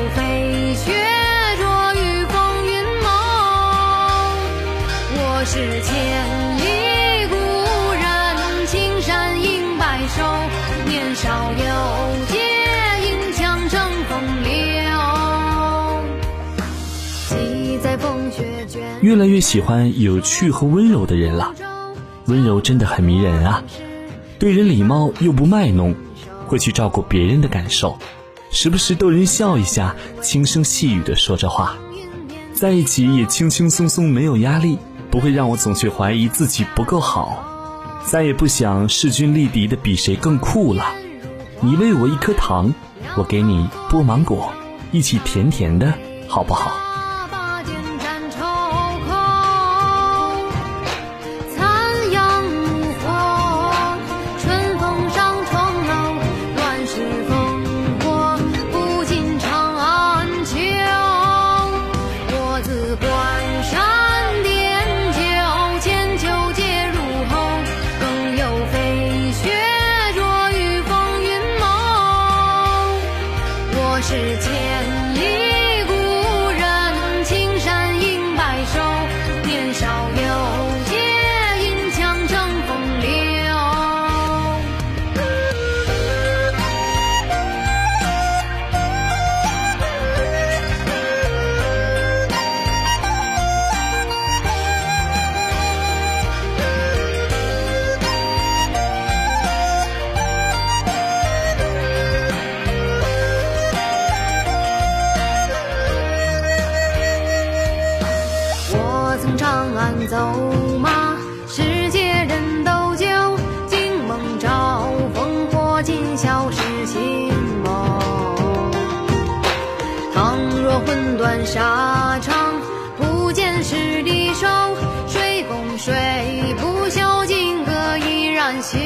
飞雪着于风云梦。我是千里故人，青山迎白首。年少有节，银枪乘风流。骑在风雪卷。 越来越喜欢有趣和温柔的人了，温柔真的很迷人啊，对人礼貌又不卖弄，会去照顾别人的感受，时不时逗人笑一下，轻声细语地说着话，在一起也轻轻松松，没有压力，不会让我总去怀疑自己不够好，再也不想势均力敌的比谁更酷了。你喂我一颗糖，我给你剥芒果，一起甜甜的，好不好？ 我是千里故人，青山迎白首。年少有节，银枪乘风流。曾长安走马，世界人斗酒，惊梦招烽火，今宵是新梦。倘若魂断沙场，不见十里手，水共水不休，金戈依然休。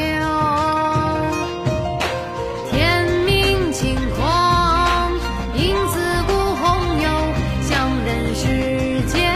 天明轻狂，因此故红游，乡人世间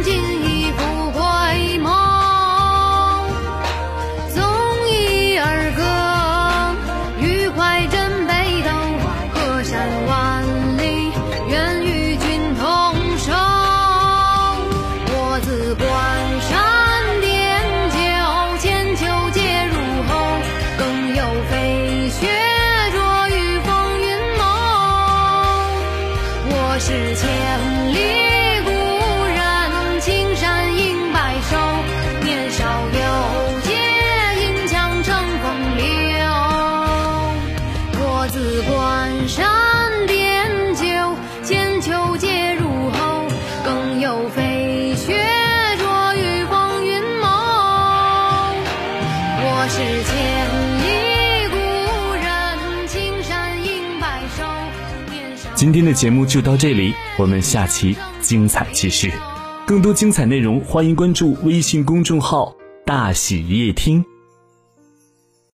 是千里故人，青山迎白首。年少有节，银枪乘风流。我自关山点酒，千秋皆入喉。更有飞雪着于风云梦。我是千里故人，青山迎白首。 今天的节目就到这里，我们下期精彩继续。更多精彩内容，欢迎关注微信公众号“大喜夜听”。